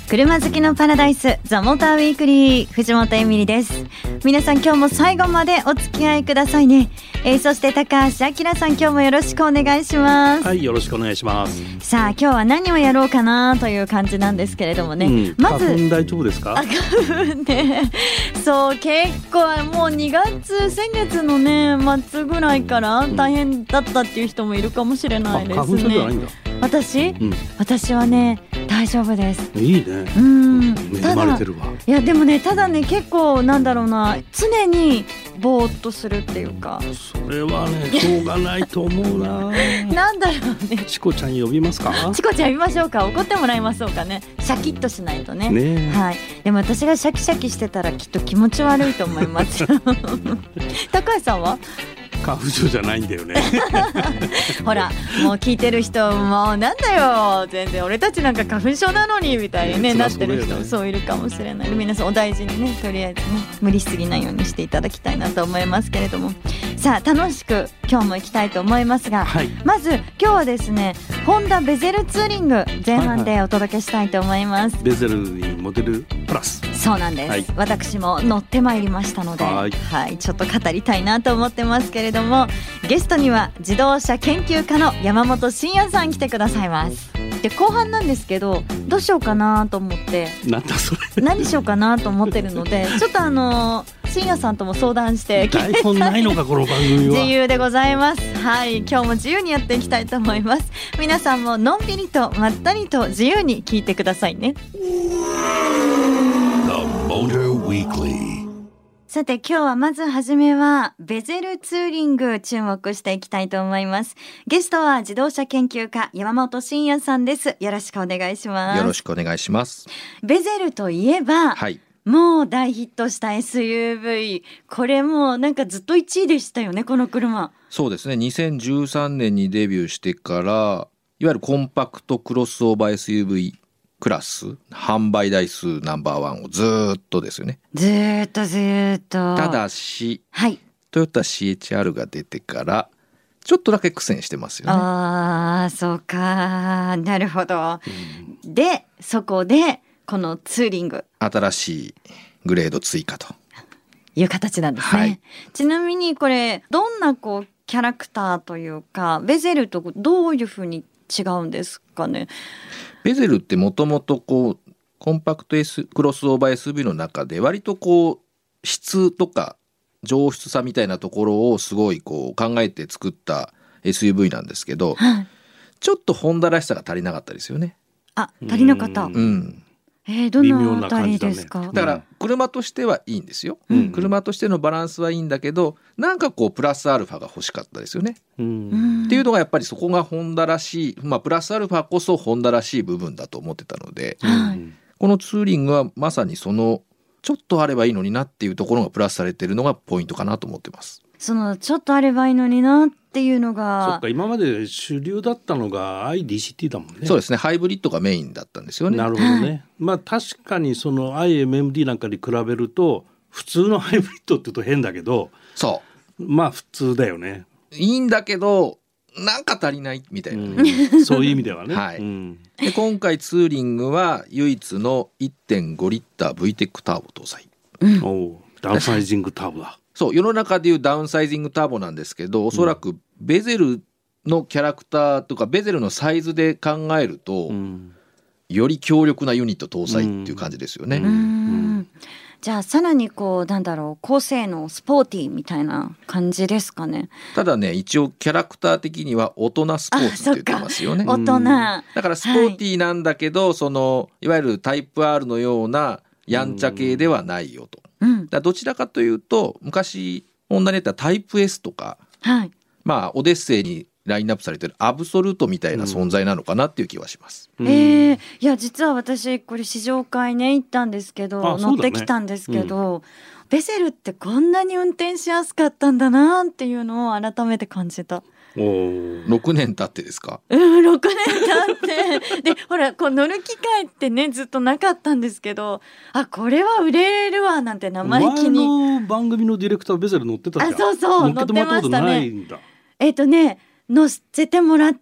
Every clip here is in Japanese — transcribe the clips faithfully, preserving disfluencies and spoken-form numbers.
車好きのパラダイスザモーターウィークリー、藤本エミリです。皆さん今日も最後までお付き合いくださいね。えー、そして高橋明さん、今日もよろしくお願いします。 はい、よろしくお願いします。 さあ今日は何をやろうかなという感じなんですけれどもね、 うん、 まず花粉大丈夫ですか？ あ、花粉ねそう結構もうにがつ先月のね末ぐらいから大変だったっていう人もいるかもしれないですね。 あ、花粉症じゃないんだ。 私、うん、私はね大丈夫です。 いいね。 うん、 恵まれてるわ。 いやでもね、ただね結構なんだろうな、常にぼーっとするっていうか。 それはねしょうがないと思うななんだろうね。 チコちゃん呼びますか？ チコちゃん呼びましょうか。怒ってもらいましょうかね。シャキッとしないとね。 ね、 はい。でも私がシャキシャキしてたらきっと気持ち悪いと思います高橋さんは？ 花粉症じゃないんだよねほらもう聞いてる人もうなんだよ全然俺たちなんか花粉症なのにみたいに、ね、なってる人そういるかもしれない。皆さんお大事にね、とりあえずね無理しすぎないようにしていただきたいなと思いますけれども、さあ楽しく今日も行きたいと思いますが、はい、まず今日はですねホンダベゼルツーリング前半でお届けしたいと思います。 はいはい、ベゼルにモデルプラス。 そうなんです、はい、私も乗ってまいりましたので、はいはい、ちょっと語りたいなと思ってますけれども、ゲストには自動車研究家の山本慎也さん来てくださいます。で後半なんですけどどうしようかなと思ってなんだそれ何しようかなと思ってるのでちょっとあの慎也さんとも相談して台本ないのかこの番組は。 自由でございます。はい、今日も自由にやっていきたいと思います。皆さんものんびりとまったりと自由に聞いてくださいね。さて今日はまずはじめはベゼルツーリング注目していきたいと思います。ゲストは自動車研究家山本慎也さんです。よろしくお願いします。 よろしくお願いします。 ベゼルといえば、はい、もう大ヒットした エスユーブイ、 これもうなんかずっといちいでしたよね、この車。 そうですね、にせんじゅうさんねんにデビューしてからいわゆるコンパクトクロスオーバー エスユーブイクラス販売台数ナンバーワンをずっとですよね。 ずっとずっと。 ただし、 はい、 トヨタ シーエイチアール が出てからちょっとだけ苦戦してますよね。 ああそうか、なるほど、うん、でそこでこのツーリング新しいグレード追加という形なんですね、はい、ちなみにこれどんなこうキャラクターというかベゼルとどういうふうに違うんですかね。 ベゼルってもともとこうコンパクト、S、クロスオーバー エスユーブイ の中で割とこう質とか上質さみたいなところをすごいこう考えて作った エスユーブイ なんですけど、はい、ちょっとホンダらしさが足りなかったですよね。 あ、足りなかった。うん、えー、どのあたりですか？ だから車としてはいいんですよ、うん、車としてのバランスはいいんだけどなんかこうプラスアルファが欲しかったですよね、うん、っていうのがやっぱりそこがホンダらしい、まあ、プラスアルファこそホンダらしい部分だと思ってたので、うん、このツーリングはまさにそのちょっとあればいいのになっていうところがプラスされているのがポイントかなと思ってます。 そのちょっとあればいいのになっていうのが、 そっか、今まで主流だったのが アイディーシーティー だもんね。 そうですね、ハイブリッドがメインだったんですよね。 なるほどね、はい、まあ確かにその アイエムエムディー なんかに比べると普通のハイブリッドって言うと変だけど、 そうまあ普通だよね。 いいんだけどなんか足りないみたいな、 うん、そういう意味ではね、 はい、 うん、 で今回ツーリングは唯一の いってんごリッター ブイテック ターボ搭載、 うん、おダウンサイジングターボだ。 そう、世の中でいうダウンサイジングターボなんですけど、おそらくベゼルのキャラクターとかベゼルのサイズで考えると、うん、より強力なユニット搭載っていう感じですよね、うんうん、 じゃあさらにこうなんだろう、高性能スポーティーみたいな感じですかね。 ただね、一応キャラクター的には大人スポーツって言ってますよね。 大人だからスポーティーなんだけど、はい、そのいわゆるタイプ アール のようなやんちゃ系ではないよと、うん、だどちらかというと昔ホンダにやったタイプ エス とか、はい、まあオデッセイにラインナップされてるアブソルートみたいな存在なのかなっていう気はします、 うん、えー、いや実は私これ試乗会ね行ったんですけど、ね、乗ってきたんですけど、うん、ベゼルってこんなに運転しやすかったんだなっていうのを改めて感じた。 おろくねん経ってですか？ うん、ろくねん経ってでほらこう乗る機会ってねずっとなかったんですけど、あこれは売れるわなんて生意気に。 前の番組のディレクターベゼル乗ってたじゃん。 あ、そうそう乗ってましたね。 乗っけてもらったことないんだ。 えっとね乗せてもらっ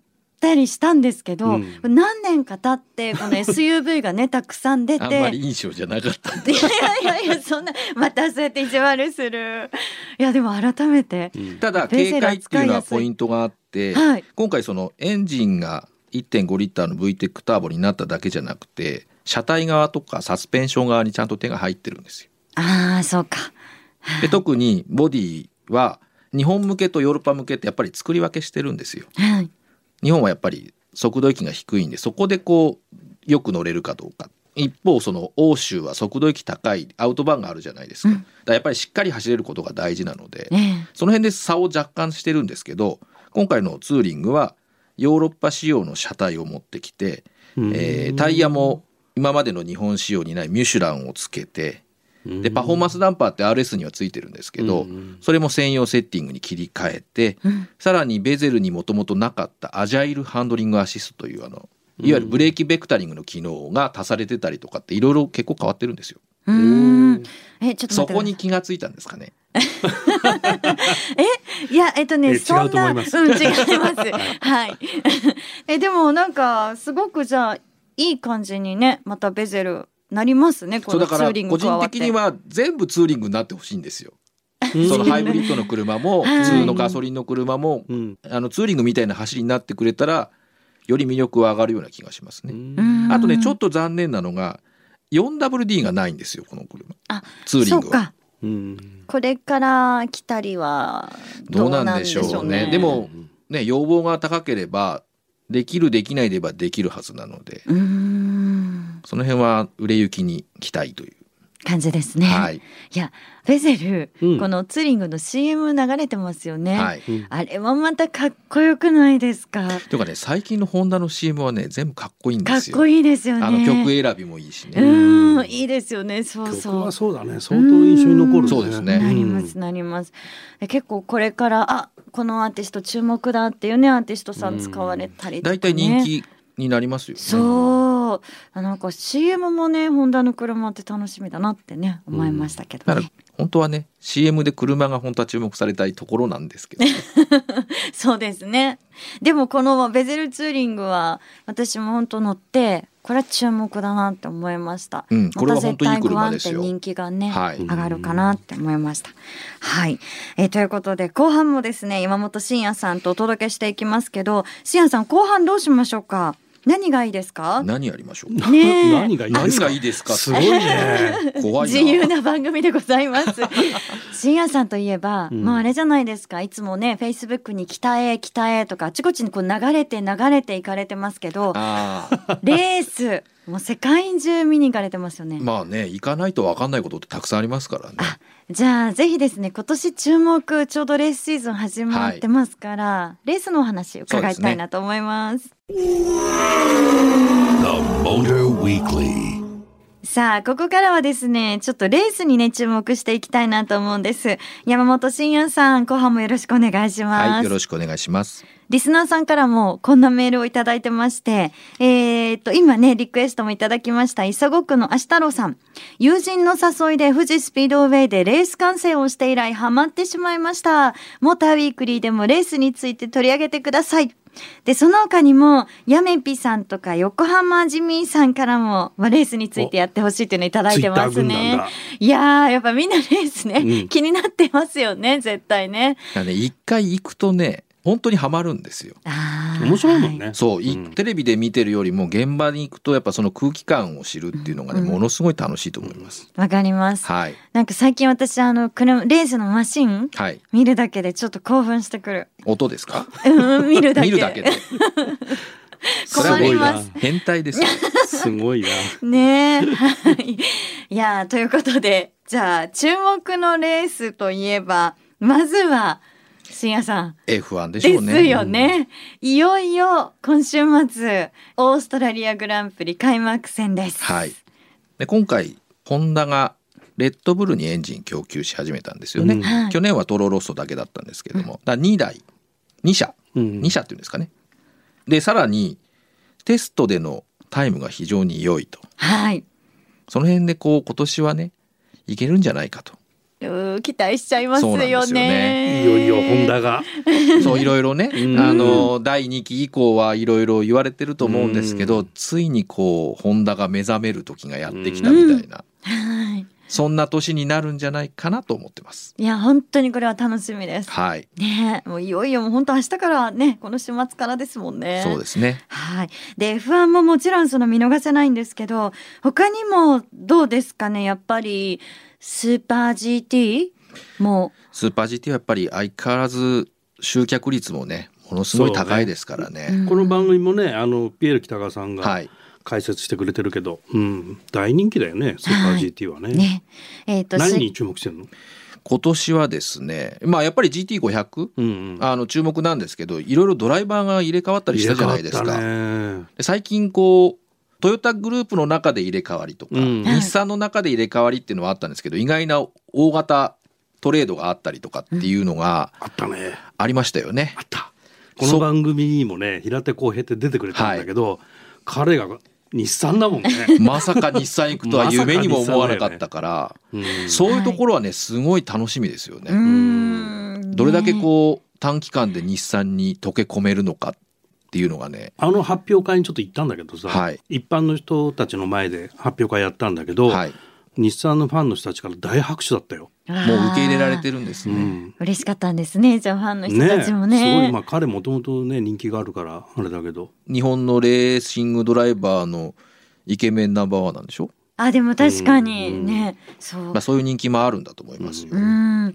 たりしたんですけど、 うん、 何年か経ってこの エスユーブイ がねたくさん出てあんまり印象じゃなかったいやいやいやそんなまたそうやって意地悪する。いやでも改めて、 うん、ただ軽快っていうのはポイントがあって、 はい、今回そのエンジンが いってんご リッターの ブイテック ターボになっただけじゃなくて、車体側とかサスペンション側にちゃんと手が入ってるんですよ。 ああそうか。 で特にボディは日本向けとヨーロッパ向けってやっぱり作り分けしてるんですよ、はい、日本はやっぱり速度域が低いんで、そこでこうよく乗れるかどうか。一方その欧州は速度域高いアウトバーンがあるじゃないですか、うん、だからやっぱりしっかり走れることが大事なので、ね、その辺で差を若干してるんですけど、今回のツーリングはヨーロッパ仕様の車体を持ってきて、えー、タイヤも今までの日本仕様にないミュシュランをつけて、でパフォーマンスダンパーって アールエス にはついてるんですけど、それも専用セッティングに切り替えて、さらにベゼルにもともとなかったアジャイルハンドリングアシストというあのいわゆるブレーキベクタリングの機能が足されてたりとかっていろいろ結構変わってるんですよ。 うーんえちょっとそこに気がついたんですかねえいやえっとねえそんな違うと思います、 うん、違いますはいえでもなんかすごくじゃあいい感じにねまたベゼルなりますね。このツーリング加わって。 そうだから個人的には全部ツーリングになってほしいんですよそのハイブリッドの車も普通のガソリンの車も、はい、あのツーリングみたいな走りになってくれたらより魅力は上がるような気がしますね。あとねちょっと残念なのが フォーダブリューディー がないんですよこの車。あツーリングは。そうかうんこれから来たりはどうなんでしょうね。 どうなんでしょうね。でもね要望が高ければできるできないで言えばできるはずなので、うーんその辺は売れ行きに期待という感じですね、はい、いやベゼル、うん、このツーリングの シーエム 流れてますよね、はい、あれはまたかっこよくないですか。 というかね最近のホンダの シーエム はね全部かっこいいんですよ。 かっこいいですよね。 あの曲選びもいいしね。 うんいいですよね。そうそう曲はそうだね相当印象に残る、ね、 そうですね。 なりますなります。結構これからあこのアーティスト注目だっていうねアーティストさん使われたりとかね。 だいたい人気になりますよね。 そうなんか シーエム もねホンダの車って楽しみだなってね思いましたけどね、 だから本当はね シーエム で車が本当は注目されたいところなんですけど、ね、 そうですね。でもこのベゼルツーリングは私も本当乗ってこれは注目だなって思いました、 うん、これは本当にいい車ですよ。 また絶対グワンって人気がね、 はい、 上がるかなって思いました、はい、えー、ということで後半もですね山本慎也さんとお届けしていきますけど、慎也さん後半どうしましょうか。何がいいですか。 何やりましょうか、 ね、 何がいいですか。 何がいいですか。 すごいね怖いな。 自由な番組でございます慎也さんといえば、うん、まああれじゃないですかいつもねフェイスブックに北へ北へとかあちこちにこう流れて流れていかれてますけどあレースもう世界中見に行かれてますよね。 まあね行かないと分かんないことってたくさんありますからね。 あじゃあぜひですね今年注目ちょうどレースシーズン始まってますから、はい、レースのお話伺いたいなと思います。さあここからはですねちょっとレースにね注目していきたいなと思うんです。山本慎也さん後半もよろしくお願いします。 はいよろしくお願いします。 リスナーさんからもこんなメールをいただいてまして、えー、っと今ねリクエストもいただきました磯子区のあしたろうさん、友人の誘いで富士スピードウェイでレース観戦をして以来ハマってしまいました。モーターウィークリーでもレースについて取り上げてください。でその他にもやめぴさんとか横浜ジミーさんからも、まあ、レースについてやってほしいというのをいただいてますね。いやーやっぱみんなレースね、うん、気になってますよね絶対ね。 一回行くとね本当にハマるんですよ。 あ面白いもんね。 そう、うん、テレビで見てるよりも現場に行くとやっぱその空気感を知るっていうのがね、うん、ものすごい楽しいと思います。 わかります、 はい、 なんか最近私あの車レースのマシン、はい、見るだけでちょっと興奮してくる。 音ですか？ うん、見るだけ見るだけで困ります。 変態ですよすごいなねえ、はい、いやということでじゃあ注目のレースといえばまずは慎也さんエフワン でしょうね。 ですよね、うん、いよいよ今週末オーストラリアグランプリ開幕戦です、 はい、で今回ホンダがレッドブルにエンジン供給し始めたんですよね、うん、去年はトロロッソだけだったんですけども、うん、だにだいに社、うん、に社っていうんですかね。でさらにテストでのタイムが非常に良いと、 はい、 その辺でこう今年はねいけるんじゃないかと期待しちゃいますよ ね, よねいよいよホンダがそういろいろね、うん、あのだいにき以降はいろいろ言われてると思うんですけど、うん、ついにこうホンダが目覚める時がやってきたみたいな、うんはい、そんな年になるんじゃないかなと思ってます。 いや本当にこれは楽しみです、 はいね、もういよいよもう本当明日からねこの週末からですもんね。 そうですね、 はい、で エフワン ももちろんその見逃せないんですけど他にもどうですかね。やっぱりスーパー ジーティー もスーパー ジーティー はやっぱり相変わらず集客率もねものすごい高いですからね。 ね、うん、この番組もねあのピエール北川さんが解説してくれてるけど、うん、大人気だよねスーパー ジーティー はね。はいねえー、と何に注目してるの？ 今年はですね、まあ、やっぱり ジーティーごひゃく、うんうん、あの注目なんですけどいろいろドライバーが入れ替わったりしたじゃないですか。で最近こうトヨタグループの中で入れ替わりとか、うん、日産の中で入れ替わりっていうのはあったんですけど意外な大型トレードがあったりとかっていうのがあったね。 ありましたよね。 あった。この番組にもね平手浩平って出てくれたんだけど、はい、彼が日産だもんねまさか日産行くとは夢にも思わなかったから、ねうん、そういうところはねすごい楽しみですよね。うんどれだけこう短期間で日産に溶け込めるのかっていうのがね。 あの発表会にちょっと行ったんだけどさ、はい、一般の人たちの前で発表会やったんだけど、はい、日産のファンの人たちから大拍手だったよ。 もう受け入れられてるんですね、うん、 嬉しかったんですね。じゃあファンの人たちもね、 ねすごい、まあ、彼もともとね人気があるからあれだけど日本のレーシングドライバーのイケメンナンバーワンなんでしょ。 あでも確かにね、うん、そう、 まあ、そういう人気もあるんだと思いますよ、 うん、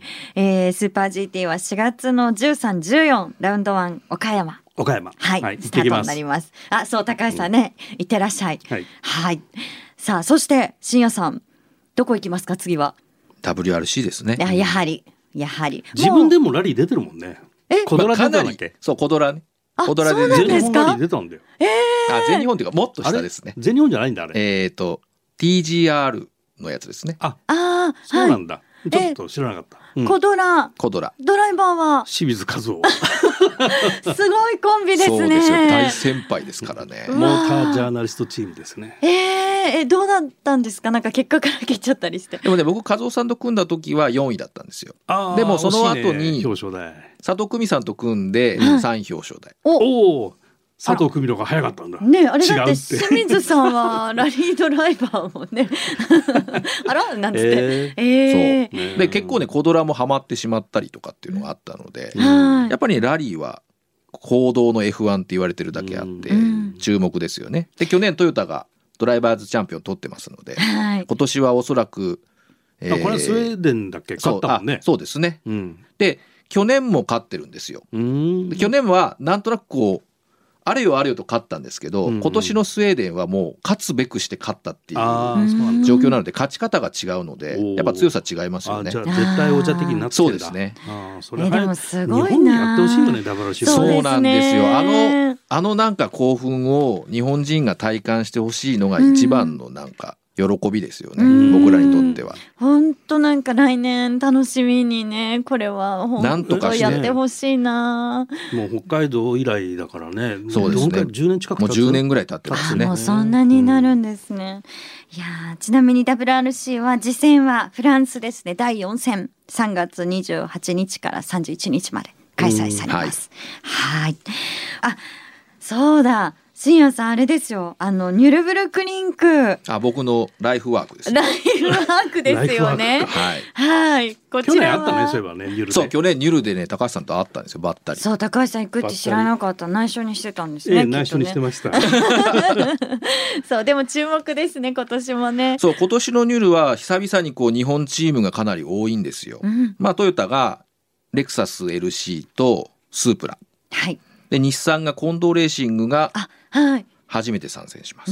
えー、スーパー ジーティー はしがつのじゅうさん、じゅうよんラウンドワン岡山岡山はい、はい、スタートになります。あそう高橋さんね、うん、いってらっしゃい、はい、はい、さあそして深夜さんどこ行きますか次は。 ダブリューアールシー ですね。 や, やはりやはり自分でもラリー出てるもんね。 えコドラ出たんだっけ。そうコドラね。 コドラで全日本ラリー出たんだよ。 えー、 あ全日本っていうかもっと下ですね。 全日本じゃないんだあれ。 えっ、ー、と ティージーアール のやつですね。 ああそうなんだ、はい、ちょっと知らなかった、 うん、コドラコドラドライバーは清水和夫すごいコンビですね。 そうですよ大先輩ですからねモータージャーナリストチームですね。 えー、えどうだったんですか。なんか結果から消っちゃったりして。 でもね僕和夫さんと組んだ時はよんいだったんですよ。でもその後に、ね、 表彰台佐藤久美さんと組んでさんい表彰台、 うん、おお佐藤久美の方が早かったんだね。あれだって清水さんはラリードライバーもねあらなんつって、えーえー、そうで結構ねコドラもハマってしまったりとかっていうのがあったので、うん、やっぱり、ね、ラリーは公道の エフワン って言われてるだけあって注目ですよね。で去年トヨタがドライバーズチャンピオン取ってますので、はい、今年はおそらく、 えー、これはスウェーデンだっけ勝ったもんね。 そう、そうですね、うん、で去年も勝ってるんですよ。うん去年はなんとなくこうあれよあれよと勝ったんですけど、うんうん、今年のスウェーデンはもう勝つべくして勝ったっていう状況なので勝ち方が違うのでやっぱ強さ違いますよね。 あじゃあ絶対王者的になってんだ。 そうですね。 あそれはでもすごいな。日本にやってほしいよねダブルアールシー。 そうなんですよ。あのあのなんか興奮を日本人が体感してほしいのが一番のなんか喜びですよね僕らにとっては。 本当なんか来年楽しみにねこれは本当やってほしいな。 もう北海道以来だからね。 そうですね。 じゅうねん近く経つ。 もうじゅうねんぐらい経ってますね。 もうそんなになるんですね、うん、いやちなみに ダブリューアールシー は次戦はフランスですね。だいよん戦さんがつにじゅうはちにちからさんじゅういちにちまで開催されます、うん、はい、はいあそうだ深夜さんあれですよあのニュルブルクリンク。 あ僕のライフワークです、 ね、ライフワークですよねはいはいこちらは去年あったねそういえばねニュルで。 そう去年ニュルでね高橋さんと会ったんですよばったり。 そう高橋さん行くって知らなかった。内緒にしてたんですね。ええ、 内緒にしてましたそうでも注目ですね今年もね。 そう今年のニュルは久々にこう日本チームがかなり多いんですよ、うん、まあトヨタがレクサス エルシー とスープラ、 はい、 で日産が近藤レーシングが初めて参戦します、はい、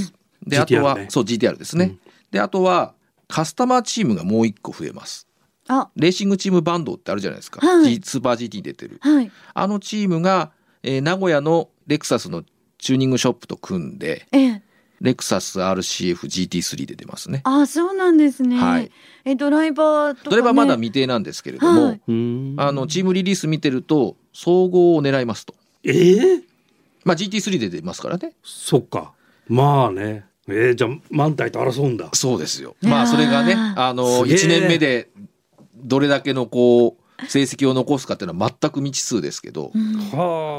であとは ジーティーアール、ね、そう ジーティーアール ですね、うん、であとはカスタマーチームがもう一個増えます。あレーシングチームバンドってあるじゃないですか、はい、スーパー ジーティー に出てる、はい、あのチームが、えー、名古屋のレクサスのチューニングショップと組んで、ええ、レクサス アールシーエフジーティースリー で出ますね。 あそうなんですね、はい、えドライバーとか、ね、 ドライバーまだ未定なんですけれども、はい、あのチームリリース見てると総合を狙いますと。 えーまあ、ジーティースリー で出ますからね。 そっかまあねえー、じゃあ満体と争うんだ。 そうですよ。まあそれがねあのいちねんめでどれだけのこう成績を残すかっていうのは全く未知数ですけど、うん、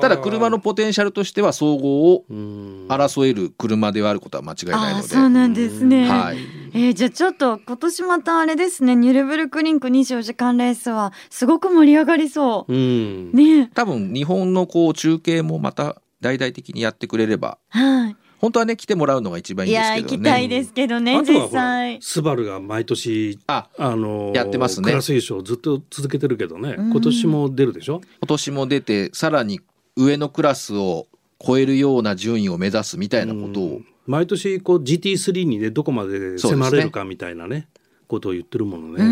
ただ車のポテンシャルとしては総合を争える車であることは間違いないので。あ、 そうなんですね、 はい。 えー、じゃあちょっと今年またあれですね、ニュルブルクリンクにじゅうよじかんレースはすごく盛り上がりそう、うんね、 多分日本のこう中継もまた大々的にやってくれれば、はい、本当はね来てもらうのが一番いいんですけどね。 いや行きたいですけどね、うん、実際スバルが毎年あ、あのー、やってますね。 クラス優勝ずっと続けてるけどね、今年も出るでしょ。 今年も出てさらに上のクラスを超えるような順位を目指すみたいなことを、 毎年こう ジーティースリー にねどこまで迫れるかみたいなねことを言ってるものね。うん、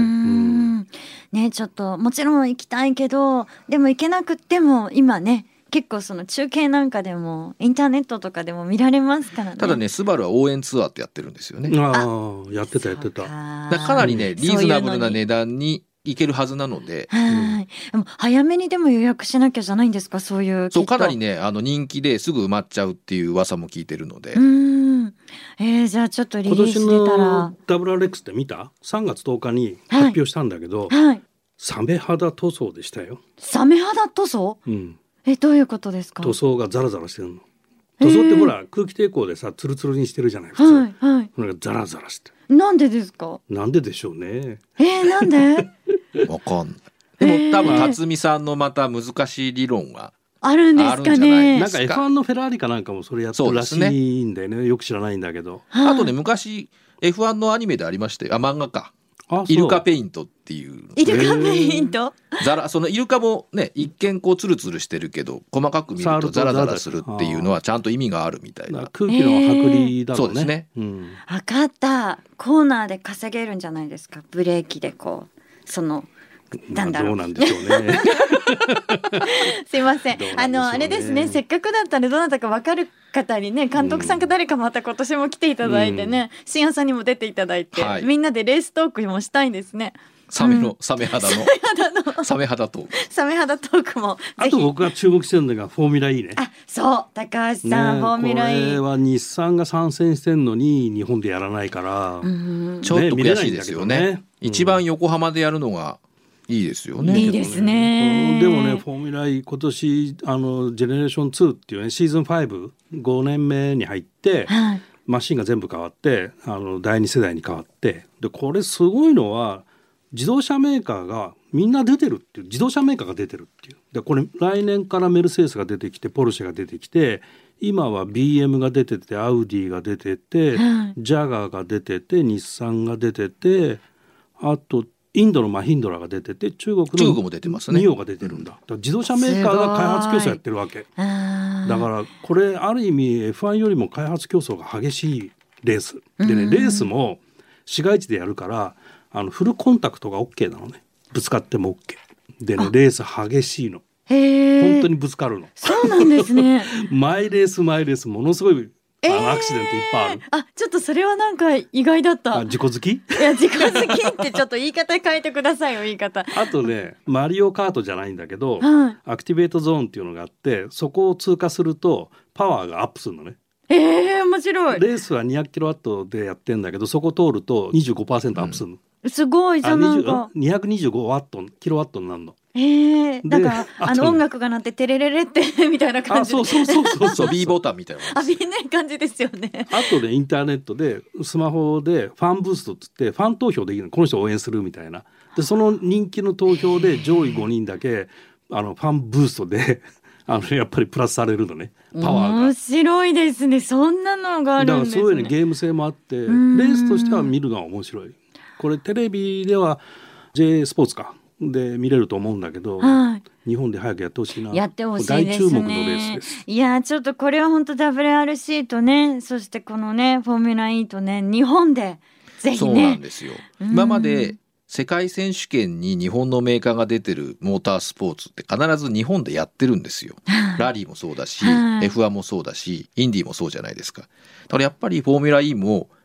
ね、ちょっともちろん行きたいけどでも行けなくっても今ね結構その中継なんかでもインターネットとかでも見られますからね。 ただねスバルは応援ツアーってやってるんですよね。 ああやってたやってた。か, かなりねリーズナブルな値段に行けるはずなので、 はい、うん、でも早めにでも予約しなきゃじゃないんですか、そういう。 そうかなりねあの人気ですぐ埋まっちゃうっていう噂も聞いてるので。 うーん、えー、じゃあちょっとリリース出たら。 今年の ダブリューアールエックス って見た？さんがつとおかに発表したんだけど、はいはい、サメ肌塗装でしたよ。 サメ肌塗装？うん。えどういうことですか？ 塗装がザラザラしてるの。塗装ってほら空気抵抗でさツルツルにしてるじゃない普通、はいはい、それがザラザラして。 なんでですか？ なんででしょうね。 えー、なんで？ わかんない。でも多分辰巳さんのまた難しい理論があるんですかね。 なんか エフワン のフェラーリかなんかもそれやってるらしいんだよね。よく知らないんだけど。 あとね昔 エフワン のアニメでありましたよ。あ漫画か。イルカペイントっていうイルカペイントザラそのイルカもね一見こうツルツルしてるけど細かく見るとザラザラするっていうのはちゃんと意味があるみたいな。 空気の剥離だろうね。そうですね。 うん、分かった。コーナーで稼げるんじゃないですか。ブレーキでこうそのなんだろう、 まあ、どうなんでしょうね。 すいません、ね、あのあれですね、せっかくだったらどなたか分かる方にね監督さんか誰かまた今年も来ていただいてね、深夜さんにも出ていただいて、はい、みんなでレーストークもしたいですね。 サメの、うん、サメ肌のサメ肌トークサメ肌トークもあと僕が注目してるのがフォーミュラ E ね。 あそう高橋さん、ね、フォーミュラ E これは日産が参戦してんのに日本でやらないから、うん、 ちょっと悔しいですよね、ね、一番横浜でやるのがいいですよね。 いいですね。 でもねフォーミュラ E 今年あのジェネレーションツーっていうねシーズンご、ごねんめに入って、はい、マシンが全部変わってあのだいに世代に変わってでこれすごいのは自動車メーカーがみんな出てるっていう自動車メーカーが出てるっていうでこれ来年からメルセデスが出てきてポルシェが出てきて今は ビーエム が出ててアウディが出てて、はい、ジャガーが出てて日産が出ててあとインドのマヒンドラが出てて中国のニオが出てるんだ。だから自動車メーカーが開発競争やってるわけだからこれある意味 エフワン よりも開発競争が激しいレースでねレースも市街地でやるからあのフルコンタクトが OK なのね。ぶつかっても OK でねレース激しいの。へ本当にぶつかるの。 そうなんですね。 マイレースマイレースものすごいあのアクシデントいっぱいある。 あちょっとそれはなんか意外だった。 あ事故好き？いや事故好きってちょっと言い方変えてくださいよ言い方。 あとねマリオカートじゃないんだけど、はい、アクティベートゾーンっていうのがあってそこを通過するとパワーがアップするのね。 えー、面白い。 レースは にひゃくキロワット でやってんだけどそこ通ると にじゅうごパーセント アップするの、 うん、すごいじゃあなんかにひゃくにじゅうごワットキロワットになるの。 えー、なんかあの音楽が鳴ってテレレレってみたいな感じで。 あそうそうそうそうそう B ボタンみたいなあ B ね感じですよね。 あとでインターネットでスマホでファンブーストっつってファン投票できるのこの人を応援するみたいなでその人気の投票で上位ごにんだけあのファンブーストであのやっぱりプラスされるのねパワーが。 面白いですね。そんなのがあるんですね。 だからそういう、ね、ゲーム性もあってレースとしては見るのは面白い。これテレビでは J スポーツかで見れると思うんだけど、はい、日本で早くやってほしいな。 やってほしいですね。 大注目のレースです。 いやちょっとこれは本当 ダブリューアールシー とねそしてこのねフォーミュラ E とね日本でぜひね。 そうなんですよ。今まで世界選手権に日本のメーカーが出てるモータースポーツって必ず日本でやってるんですよ。ラリーもそうだし、はい、エフワン もそうだしインディーもそうじゃないですか。だからやっぱりフォーミュラ E も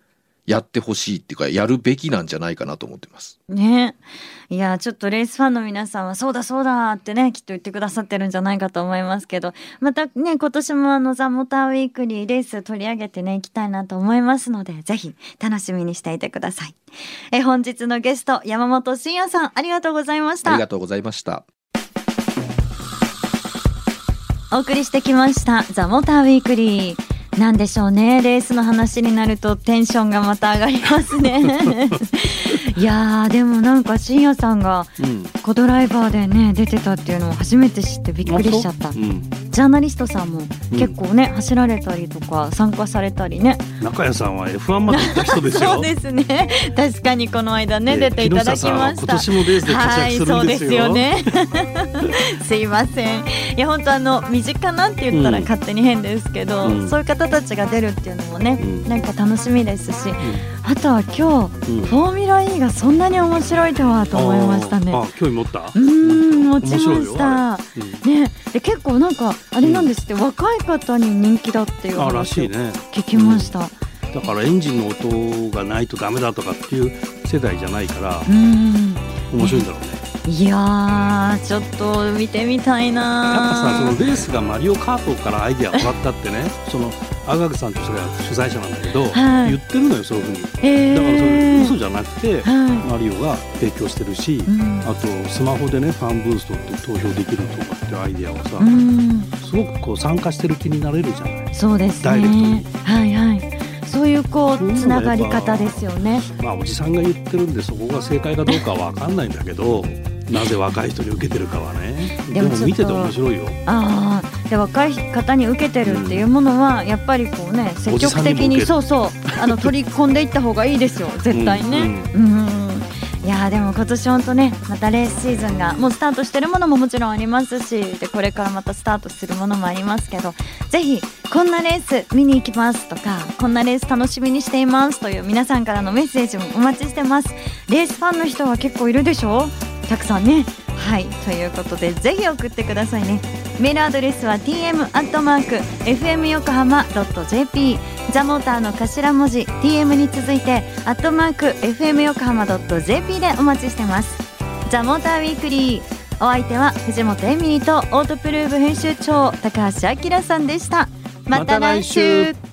やってほしいっていうかやるべきなんじゃないかなと思ってますね。いやちょっとレースファンの皆さんはそうだそうだってねきっと言ってくださってるんじゃないかと思いますけど、またね今年もあのザ・モーターウィークリーレース取り上げてねいきたいなと思いますので、ぜひ楽しみにしていてください。え本日のゲスト山本慎也さんありがとうございました。 ありがとうございました。 お送りしてきましたザ・モーターウィークリー。なんでしょうね、レースの話になるとテンションがまた上がりますねいやーでもなんか深夜さんがコドライバーでね出てたっていうのを初めて知ってびっくりしちゃった、うん、ジャーナリストさんも結構ね、うん、走られたりとか参加されたりね。 中谷さんは エフワン まで行った人ですよそうですね、確かにこの間ね、えー、出ていただきました。 今年もレースで活躍するんですよ。 はい、そうですよねすいません。いや本当あの身近なって言ったら勝手に変ですけど、うん、そういう方たちが出るっていうのもね、うん、なんか楽しみですし、うん、あとは今日、うん、フォーミュラ E がそんなに面白いとはと思いましたね。 ああ興味持った？ うーん持ちました、うんね、で結構なんかあれなんですって、うん、若い方に人気だっていう話を聞きました、 だからエンジンの音がないとダメだとかっていう世代じゃないから、 うん面白いんだろうね。 いやーちょっと見てみたいな。 やっぱさそのレースがマリオカートからアイデアをもらったってねそのアガグさんとしてが主催者なんだけど、はい、言ってるのよそういうふうに、えー、だからそれ嘘じゃなくて、はい、マリオが提供してるし、うん、あとスマホでねファンブーストって投票できるとかっていうアイデアをさ、うん、すごくこう参加してる気になれるじゃない。 そうですね、 ダイレクトに、 はいはい、そういうこうつながり方ですよね。 まあおじさんが言ってるんでそこが正解かどうかは分かんないんだけどなぜ若い人に受けてるかはね。でも見てて面白いよ。 あで若い方に受けてるっていうものは、うん、やっぱりこうね積極的にそうそうあの取り込んでいった方がいいですよ絶対ね。うん、うんうんいやでも今年本当ねまたレースシーズンがもうスタートしてるものももちろんありますし、でこれからまたスタートするものもありますけど、ぜひこんなレース見に行きますとかこんなレース楽しみにしていますという皆さんからのメッセージもお待ちしてます。レースファンの人は結構いるでしょたくさんね。はいということでぜひ送ってくださいね。メールアドレスは ティーエム アットマーク エフエム 横浜 ドット ジェーピー ザモーターの頭文字 ティーエム に続いてアットマーク エフエム 横浜 ドット ジェーピー でお待ちしてます。ザモーターウィークリーお相手は藤本エミリーとオートプルーブ編集長高橋明さんでした。また来週。